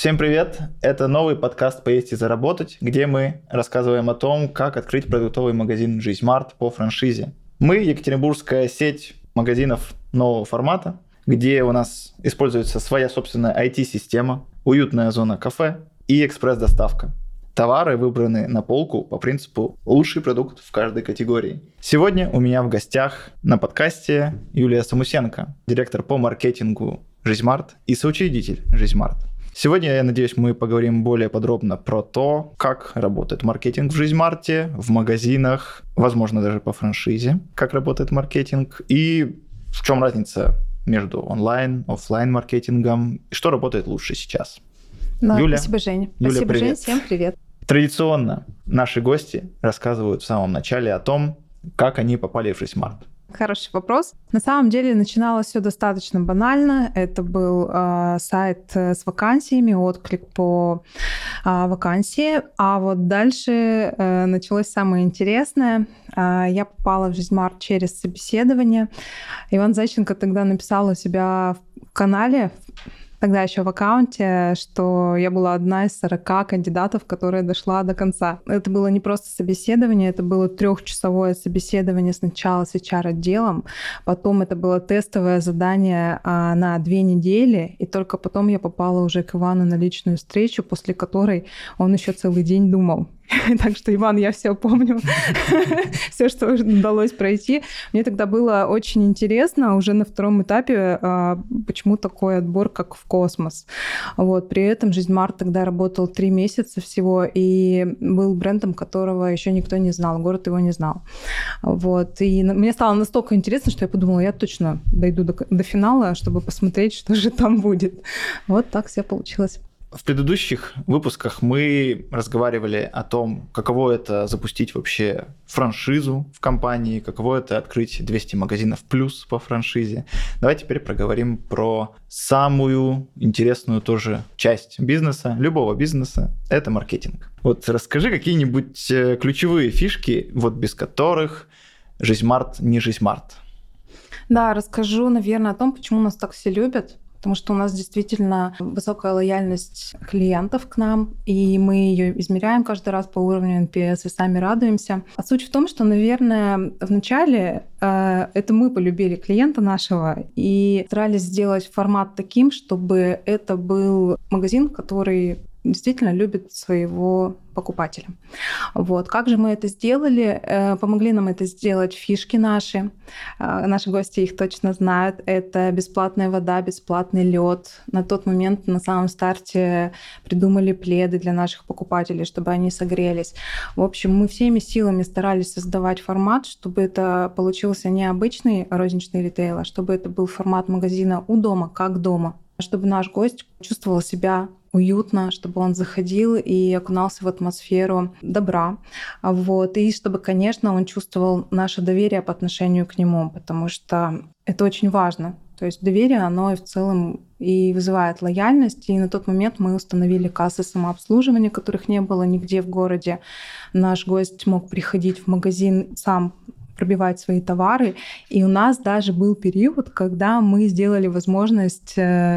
Всем привет! Это новый подкаст «Поесть и заработать», где мы рассказываем о том, как открыть продуктовый магазин «Жизмарт» по франшизе. Мы екатеринбургская сеть магазинов нового формата, где у нас используется своя собственная IT-система, уютная зона кафе и экспресс-доставка. Товары выбраны на полку по принципу «лучший продукт в каждой категории». Сегодня у меня в гостях на подкасте Юлия Самусенко, директор по маркетингу «Жизмарт» и соучредитель «Жизмарт». Сегодня, я надеюсь, мы поговорим более подробно про то, как работает маркетинг в Жизмарте, в магазинах, возможно, даже по франшизе, как работает маркетинг и в чем разница между онлайн, офлайн маркетингом и что работает лучше сейчас. Да, Юля, спасибо, Женя. Юля, Спасибо, привет. Жень. Всем привет. Традиционно наши гости рассказывают в самом начале о том, как они попали в Жизмарт. Хороший вопрос. На самом деле начиналось все достаточно банально. Это был сайт с вакансиями, отклик по вакансии. А вот дальше началось самое интересное. Я попала в Жизмарт через собеседование. Иван Зайченко тогда написал у себя в канале, тогда еще в аккаунте, что я была одна из 40 кандидатов, которая дошла до конца. Это было не просто собеседование, это было 3-часовое собеседование сначала с HR-отделом, потом это было тестовое задание на 2 недели, и только потом я попала уже к Ивану на личную встречу, после которой он еще целый день думал. Так что, Иван, я все помню, все, что удалось пройти. Мне тогда было очень интересно уже на втором этапе, почему такой отбор, как в космос. Вот. При этом Жизмарт тогда работал 3 месяца всего и был брендом, которого еще никто не знал, город его не знал. Вот. И мне стало настолько интересно, что я подумала, я точно дойду до финала, чтобы посмотреть, что же там будет. Вот так все получилось. В предыдущих выпусках мы разговаривали о том, каково это запустить вообще франшизу в компании, каково это открыть 200 магазинов плюс по франшизе. Давай теперь проговорим про самую интересную тоже часть бизнеса, любого бизнеса, это маркетинг. Вот расскажи какие-нибудь ключевые фишки, вот без которых Жизмарт не Жизмарт. Да, расскажу, наверное, о том, почему нас так все любят. Потому что у нас действительно высокая лояльность клиентов к нам, и мы ее измеряем каждый раз по уровню NPS и сами радуемся. А суть в том, что, наверное, вначале это мы полюбили клиента нашего и старались сделать формат таким, чтобы это был магазин, который действительно любит своего покупателя. Вот. Как же мы это сделали? Помогли нам это сделать фишки наши. Наши гости их точно знают. Это бесплатная вода, бесплатный лед. На тот момент на самом старте придумали пледы для наших покупателей, чтобы они согрелись. В общем, мы всеми силами старались создавать формат, чтобы это получился не обычный розничный ритейл, а чтобы это был формат магазина у дома, как дома. Чтобы наш гость чувствовал себя уютно, чтобы он заходил и окунался в атмосферу добра. Вот. И чтобы, конечно, он чувствовал наше доверие по отношению к нему, потому что это очень важно. То есть доверие, оно и в целом и вызывает лояльность. И на тот момент мы установили кассы самообслуживания, которых не было нигде в городе. Наш гость мог приходить в магазин сам, пробивать свои товары. И у нас даже был период, когда мы сделали возможность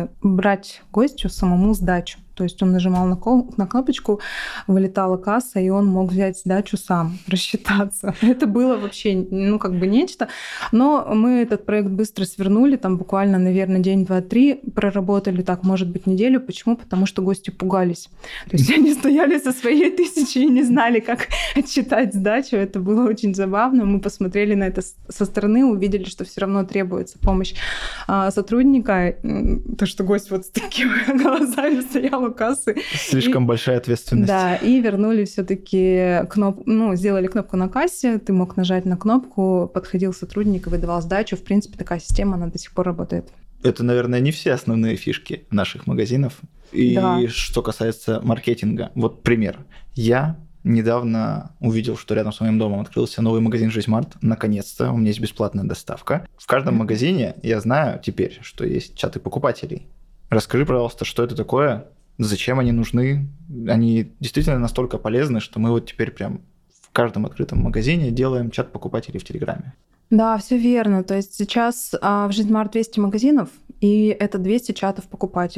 брать гостю самому сдачу. То есть он нажимал на кнопочку, вылетала касса, и он мог взять сдачу сам, рассчитаться. Это было вообще, нечто. Но мы этот проект быстро свернули, там буквально, наверное, день, 2, 3 проработали, так, может быть, неделю. Почему? Потому что гости пугались. То есть они стояли со своей 1000 и не знали, как отсчитать сдачу. Это было очень забавно. Мы посмотрели на это со стороны, увидели, что все равно требуется помощь сотрудника. То, что гость вот с такими глазами стоял у кассы. Слишком большая ответственность. Да, и вернули все-таки сделали кнопку на кассе, ты мог нажать на кнопку, подходил сотрудник и выдавал сдачу. В принципе, такая система, она до сих пор работает. Это, наверное, не все основные фишки наших магазинов. И да. Что касается маркетинга, вот пример. Я недавно увидел, что рядом с моим домом открылся новый магазин «Жизмарт». Наконец-то у меня есть бесплатная доставка. В каждом магазине я знаю теперь, что есть чаты покупателей. Расскажи, пожалуйста, что это такое, зачем они нужны. Они действительно настолько полезны, что мы вот теперь прям в каждом открытом магазине делаем чат покупателей в Телеграме. Да, все верно. То есть сейчас в Жизмарт 200 магазинов, и это 200 чатов покупателей.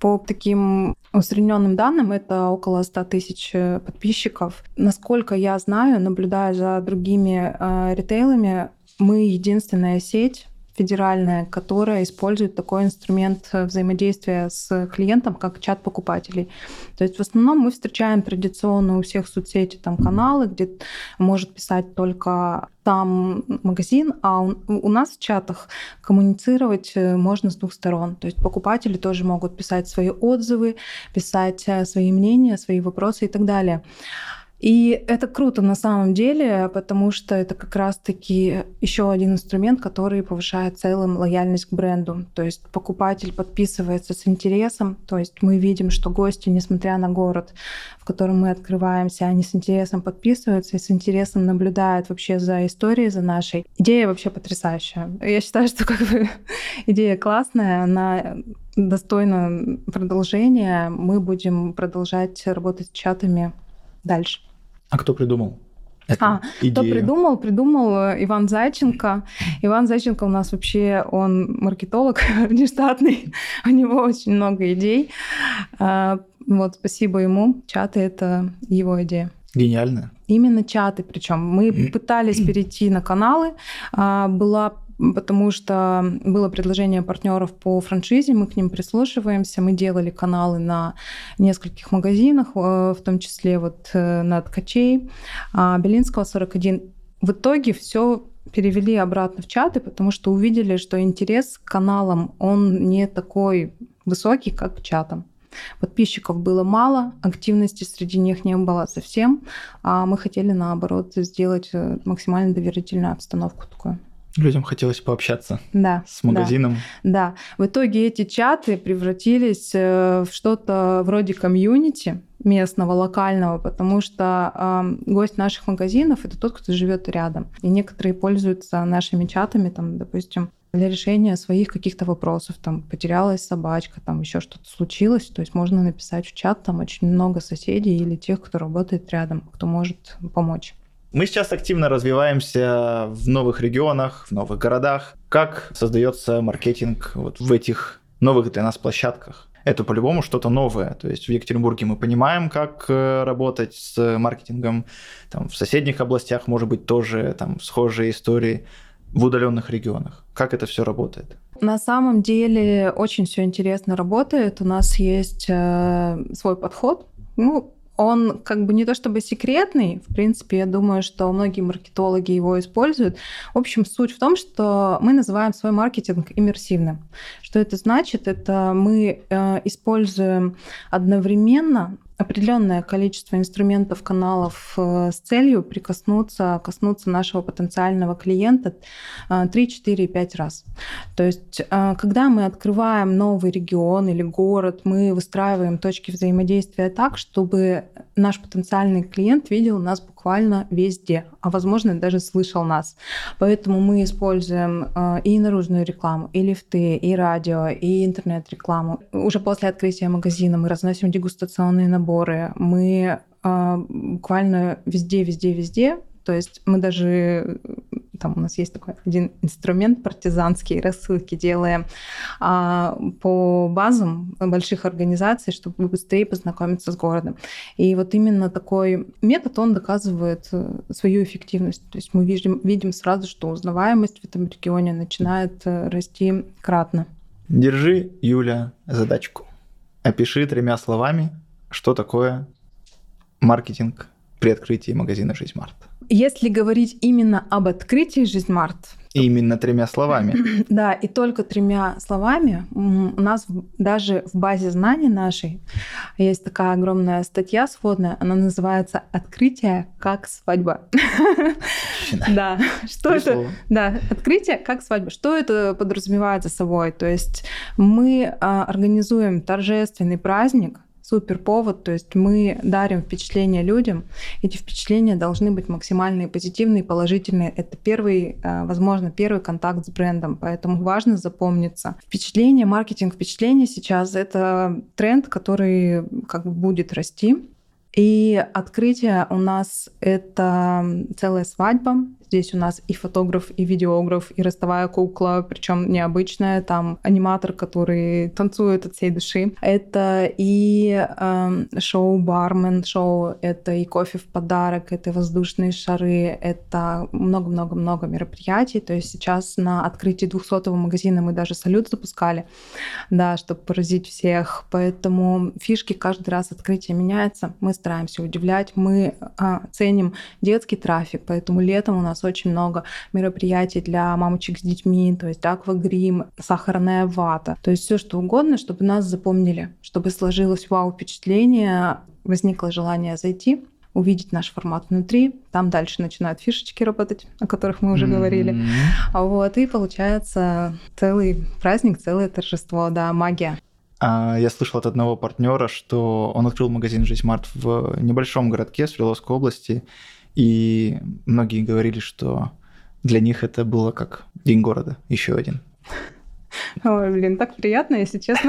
По таким усредненным данным, это около 100 тысяч подписчиков. Насколько я знаю, наблюдая за другими ритейлами, мы единственная сеть федеральная, которая использует такой инструмент взаимодействия с клиентом, как чат покупателей. То есть в основном мы встречаем традиционно у всех соцсетей там каналы, где может писать только там магазин, а у нас в чатах коммуницировать можно с двух сторон. То есть покупатели тоже могут писать свои отзывы, писать свои мнения, свои вопросы и так далее. И это круто на самом деле, потому что это как раз-таки еще один инструмент, который повышает в целом лояльность к бренду. То есть покупатель подписывается с интересом, то есть мы видим, что гости, несмотря на город, в котором мы открываемся, они с интересом подписываются и с интересом наблюдают вообще за историей, за нашей. Идея вообще потрясающая. Я считаю, что идея классная, она достойна продолжения. Мы будем продолжать работать с чатами дальше. А кто придумал? Кто придумал? Придумал Иван Зайченко. Иван Зайченко у нас вообще, он маркетолог внештатный, у него очень много идей. Вот, спасибо ему. Чаты — это его идея. Гениально. Именно чаты, причем мы пытались перейти на каналы, потому что было предложение партнеров по франшизе, мы к ним прислушиваемся, мы делали каналы на нескольких магазинах, в том числе вот на Ткачей, Белинского, 41. В итоге все перевели обратно в чаты, потому что увидели, что интерес к каналам, он не такой высокий, как к чатам. Подписчиков было мало, активности среди них не было совсем, а мы хотели, наоборот, сделать максимально доверительную обстановку такую. Людям хотелось пообщаться с магазином. Да. В итоге эти чаты превратились в что-то вроде комьюнити местного, локального, потому что гость наших магазинов — это тот, кто живет рядом. И некоторые пользуются нашими чатами, там, допустим, для решения своих каких-то вопросов. Там потерялась собачка, там еще что-то случилось. То есть можно написать в чат, там очень много соседей или тех, кто работает рядом, кто может помочь. Мы сейчас активно развиваемся в новых регионах, в новых городах. Как создается маркетинг вот в этих новых для нас площадках? Это по-любому что-то новое. То есть в Екатеринбурге мы понимаем, как работать с маркетингом. Там, в соседних областях, может быть, тоже там, схожие истории. В удаленных регионах. Как это все работает? На самом деле очень все интересно работает. У нас есть свой подход. Он как бы не то чтобы секретный, в принципе, я думаю, что многие маркетологи его используют. В общем, суть в том, что мы называем свой маркетинг иммерсивным. Что это значит? Это мы используем одновременно определенное количество инструментов, каналов с целью коснуться нашего потенциального клиента 3, 4, 5 раз. То есть, когда мы открываем новый регион или город, мы выстраиваем точки взаимодействия так, чтобы наш потенциальный клиент видел нас буквально везде, а возможно даже слышал нас. Поэтому мы используем и наружную рекламу, и лифты, и радио, и интернет-рекламу. Уже после открытия магазина мы разносим дегустационные наборы. Мы буквально везде. То есть мы даже... Там у нас есть такой один инструмент партизанский, рассылки делаем по базам больших организаций, чтобы быстрее познакомиться с городом. И вот именно такой метод, он доказывает свою эффективность. То есть мы видим сразу, что узнаваемость в этом регионе начинает расти кратно. Держи, Юля, задачку. Опиши 3 словами, что такое маркетинг при открытии магазина «Жизмарт». Если говорить именно об открытии «Жизмарт», именно 3 словами. Да, и только 3 словами. У нас даже в базе знаний нашей есть такая огромная статья сводная, она называется «Открытие как свадьба». Да, что это? Да, открытие как свадьба. Что это подразумевает за собой? То есть мы организуем торжественный праздник, супер повод, то есть мы дарим впечатления людям. Эти впечатления должны быть максимально позитивные, положительные. Это возможно, первый контакт с брендом, поэтому важно запомниться. Впечатление, маркетинг впечатлений сейчас — это тренд, который как бы будет расти. И открытие у нас — это целая свадьба, Здесь у нас и фотограф, и видеограф, и ростовая кукла, причем необычная, там аниматор, который танцует от всей души. Это и шоу-бармен, шоу, это и кофе в подарок, это воздушные шары, это много-много-много мероприятий. То есть сейчас на открытии 200-го магазина мы даже салют запускали, да, чтобы поразить всех. Поэтому фишки каждый раз открытие меняется. Мы стараемся удивлять, мы ценим детский трафик, поэтому летом у нас очень много мероприятий для мамочек с детьми, то есть аквагрим, сахарная вата, то есть все что угодно, чтобы нас запомнили, чтобы сложилось вау-впечатление, возникло желание зайти, увидеть наш формат внутри, там дальше начинают фишечки работать, о которых мы уже говорили. Вот, и получается целый праздник, целое торжество, да, магия. Я слышал от одного партнера, что он открыл магазин «Жизмарт» в небольшом городке Свердловской области, и многие говорили, что для них это было как день города, еще один. Ой, блин, так приятно, если честно.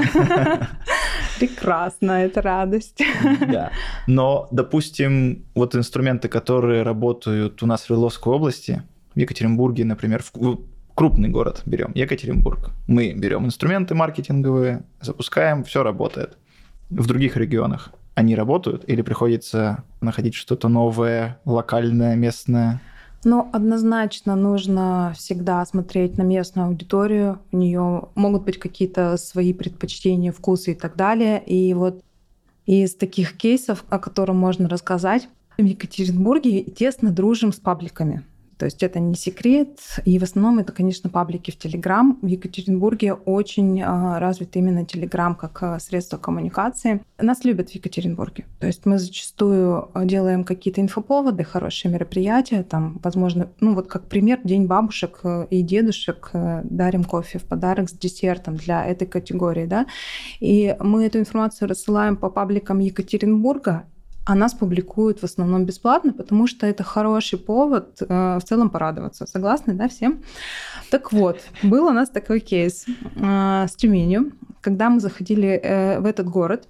Прекрасно, это радость. Да. Но, допустим, вот инструменты, которые работают у нас в Свердловской области, в Екатеринбурге, например, крупный город берем, Екатеринбург. Мы берем инструменты маркетинговые, запускаем, все работает. В других регионах они работают или приходится находить что-то новое, локальное, местное? Ну, однозначно нужно всегда смотреть на местную аудиторию. У нее могут быть какие-то свои предпочтения, вкусы и так далее. И вот из таких кейсов, о которых можно рассказать, в Екатеринбурге тесно дружим с пабликами. То есть это не секрет. И в основном это, конечно, паблики в Телеграм. В Екатеринбурге очень развит именно Телеграм как средство коммуникации. Нас любят в Екатеринбурге. То есть мы зачастую делаем какие-то инфоповоды, хорошие мероприятия. Там, возможно, ну вот как пример, День бабушек и дедушек. Дарим кофе в подарок с десертом для этой категории. Да? И мы эту информацию рассылаем по пабликам Екатеринбурга, а нас публикуют в основном бесплатно, потому что это хороший повод в целом порадоваться. Согласны, да, всем? Так вот, был у нас такой кейс с Тюменью, когда мы заходили в этот город.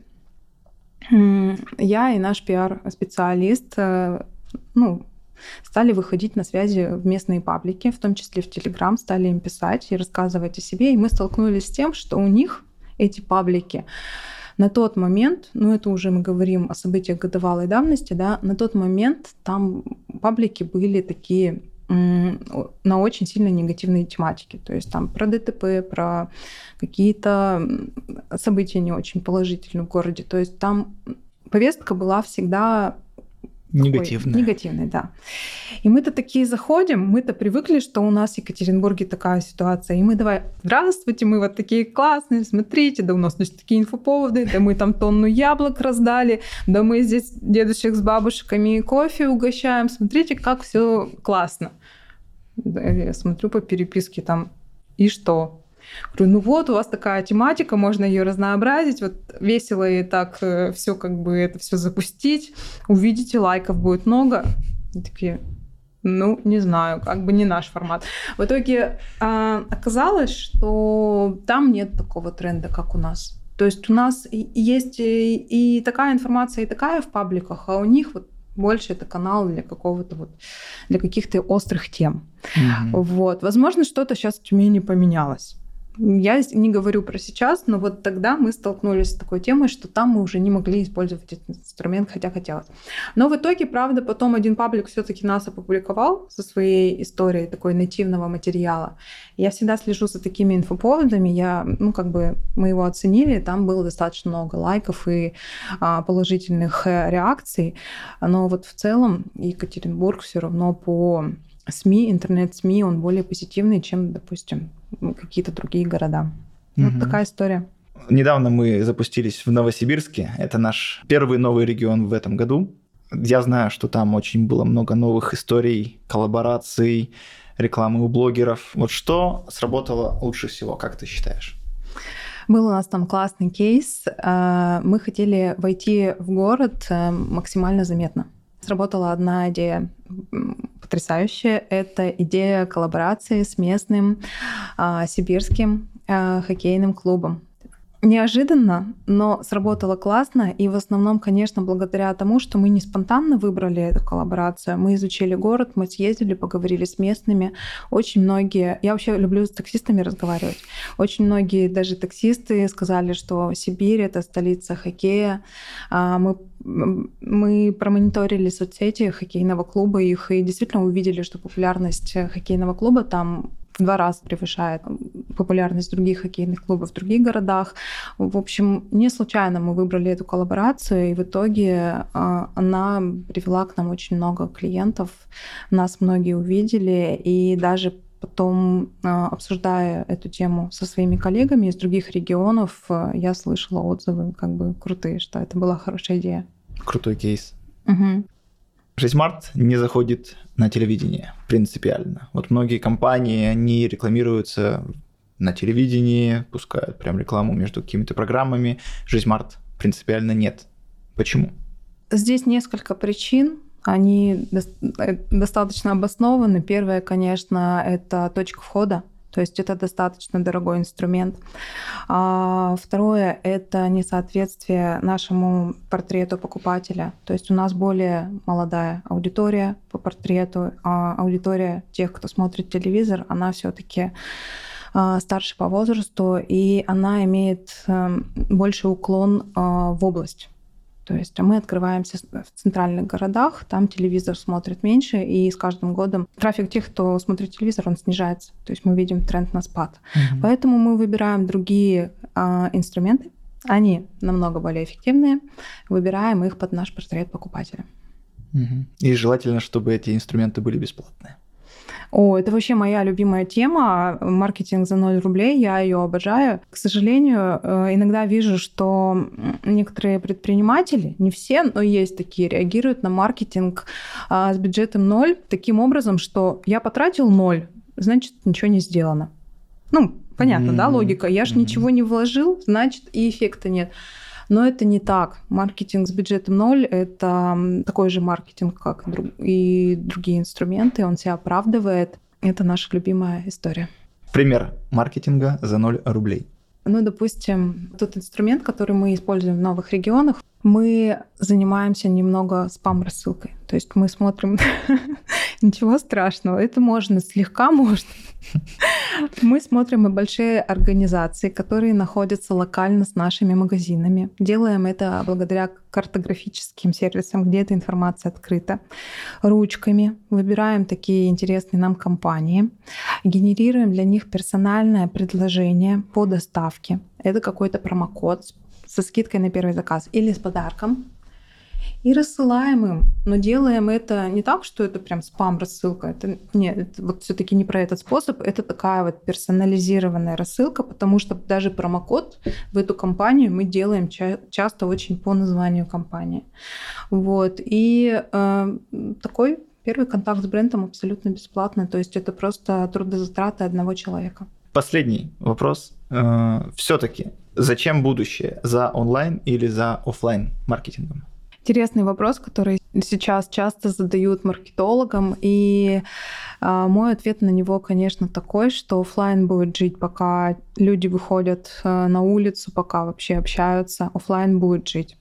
Я и наш пиар-специалист стали выходить на связи в местные паблики, в том числе в Телеграм, стали им писать и рассказывать о себе. И мы столкнулись с тем, что у них эти паблики на тот момент, это уже мы говорим о событиях годовалой давности, да, на тот момент там паблики были такие на очень сильно негативные тематики. То есть там про ДТП, про какие-то события не очень положительные в городе. То есть там повестка была всегда негативной, да. И мы-то такие заходим, мы-то привыкли, что у нас в Екатеринбурге такая ситуация. И мы давай, здравствуйте, мы вот такие классные, смотрите, да у нас здесь такие инфоповоды, да мы там тонну яблок раздали, да мы здесь дедушек с бабушками кофе угощаем, смотрите, как все классно. Да, я смотрю по переписке там, и что? Говорю, вот, у вас такая тематика, можно ее разнообразить, вот весело и так все как бы это все запустить, увидите, лайков будет много. И такие, не знаю, как бы не наш формат. В итоге оказалось, что там нет такого тренда, как у нас. То есть у нас есть и такая информация, и такая в пабликах, а у них вот больше это канал для какого-то для каких-то острых тем. Вот. Возможно, что-то сейчас в Тюмени поменялось. Я не говорю про сейчас, но вот тогда мы столкнулись с такой темой, что там мы уже не могли использовать этот инструмент, хотя хотелось. Но в итоге, правда, потом один паблик все-таки нас опубликовал со своей историей такой нативного материала. Я всегда слежу за такими инфоповодами. Мы его оценили, там было достаточно много лайков и положительных реакций. Но вот в целом Екатеринбург все равно по СМИ, интернет-СМИ, он более позитивный, чем, допустим, какие-то другие города. Вот такая история. Недавно мы запустились в Новосибирске. Это наш первый новый регион в этом году. Я знаю, что там очень было много новых историй, коллабораций, рекламы у блогеров. Вот что сработало лучше всего, как ты считаешь? Был у нас там классный кейс. Мы хотели войти в город максимально заметно. Сработала одна идея потрясающая. Это идея коллаборации с местным сибирским хоккейным клубом. Неожиданно, но сработало классно. И в основном, конечно, благодаря тому, что мы не спонтанно выбрали эту коллаборацию. Мы изучили город, мы съездили, поговорили с местными. Очень многие... Я вообще люблю с таксистами разговаривать. Очень многие даже таксисты сказали, что Сибирь — это столица хоккея. Мы промониторили соцсети хоккейного клуба их и действительно увидели, что популярность хоккейного клуба там в 2 раза превышает популярность других хоккейных клубов в других городах. В общем, не случайно мы выбрали эту коллаборацию, и в итоге она привела к нам очень много клиентов. Нас многие увидели, и даже потом, обсуждая эту тему со своими коллегами из других регионов, я слышала отзывы крутые, что это была хорошая идея. Крутой кейс. Угу. Жизмарт не заходит на телевидение принципиально. Вот многие компании, они рекламируются на телевидении, пускают прям рекламу между какими-то программами. Жизмарт принципиально нет. Почему? Здесь несколько причин. Они достаточно обоснованы. Первое, конечно, это точка входа. То есть это достаточно дорогой инструмент. Второе — это несоответствие нашему портрету покупателя. То есть у нас более молодая аудитория по портрету, а аудитория тех, кто смотрит телевизор, она все-таки старше по возрасту, и она имеет больший уклон в область. То есть мы открываемся в центральных городах, там телевизор смотрит меньше, и с каждым годом трафик тех, кто смотрит телевизор, он снижается. То есть мы видим тренд на спад. Поэтому мы выбираем другие инструменты, они намного более эффективные, выбираем их под наш портрет покупателя. И желательно, чтобы эти инструменты были бесплатные. Это вообще моя любимая тема. Маркетинг за 0 рублей. Я ее обожаю. К сожалению, иногда вижу, что некоторые предприниматели, не все, но есть такие, реагируют на маркетинг с бюджетом 0 таким образом, что я потратил 0, значит, ничего не сделано. Понятно, да, логика. Я же ничего не вложил, значит, и эффекта нет. Но это не так. Маркетинг с бюджетом 0 – это такой же маркетинг, как и другие инструменты. Он себя оправдывает. Это наша любимая история. Пример маркетинга за 0 рублей. Допустим, тот инструмент, который мы используем в новых регионах, мы занимаемся немного спам-рассылкой. То есть мы смотрим... Ничего страшного, это можно, слегка можно. Мы смотрим и большие организации, которые находятся локально с нашими магазинами. Делаем это благодаря картографическим сервисам, где эта информация открыта. Ручками выбираем такие интересные нам компании, генерируем для них персональное предложение по доставке. Это какой-то промокод со скидкой на первый заказ или с подарком. И рассылаем им. Но делаем это не так, что это прям спам-рассылка. Это вот все-таки не про этот способ. Это такая вот персонализированная рассылка, потому что даже промокод в эту компанию мы делаем часто очень по названию компании. И такой первый контакт с брендом абсолютно бесплатный. То есть это просто трудозатраты одного человека. Последний вопрос. Все-таки зачем будущее? За онлайн или за офлайн маркетингом? Интересный вопрос, который сейчас часто задают маркетологам, и мой ответ на него, конечно, такой, что офлайн будет жить, пока люди выходят на улицу, пока вообще общаются, офлайн будет жить.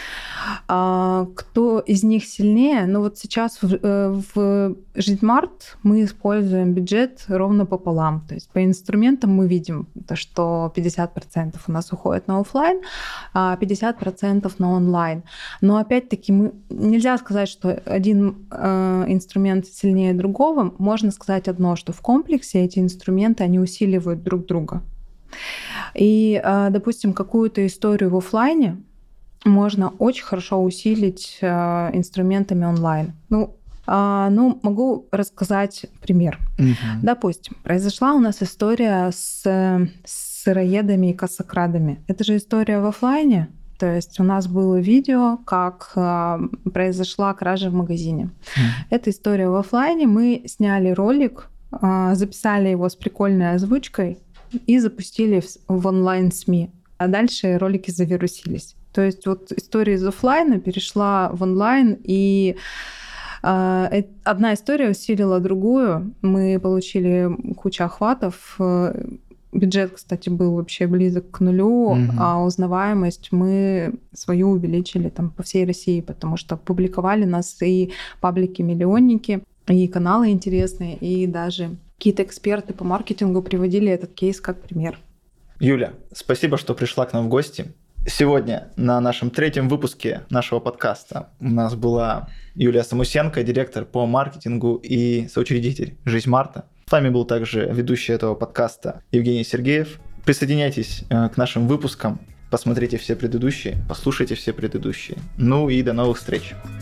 Кто из них сильнее? Вот сейчас в Жизмарт мы используем бюджет ровно пополам. То есть по инструментам мы видим, что 50% у нас уходит на офлайн, а 50% на онлайн. Но опять-таки нельзя сказать, что один инструмент сильнее другого. Можно сказать одно, что в комплексе эти инструменты, они усиливают друг друга. И, допустим, какую-то историю в офлайне можно очень хорошо усилить инструментами онлайн. Могу рассказать пример. Допустим, произошла у нас история с сыроедами и кассакрадами. Это же история в офлайне. То есть у нас было видео, как произошла кража в магазине. Это история в офлайне. Мы сняли ролик, записали его с прикольной озвучкой и запустили в онлайн-СМИ. А дальше ролики завирусились. То есть вот история из офлайна перешла в онлайн, и одна история усилила другую. Мы получили кучу охватов, Бюджет, кстати, был вообще близок к нулю, а узнаваемость мы свою увеличили там по всей России, потому что публиковали нас и паблики-миллионники, и каналы интересные, и даже какие-то эксперты по маркетингу приводили этот кейс как пример. Юля, спасибо, что пришла к нам в гости. Сегодня на нашем 3-м выпуске нашего подкаста у нас была Юлия Самусенко, директор по маркетингу и соучредитель «Жизнь Марта». С вами был также ведущий этого подкаста Евгений Сергеев. Присоединяйтесь к нашим выпускам, посмотрите все предыдущие, послушайте все предыдущие. Ну и до новых встреч!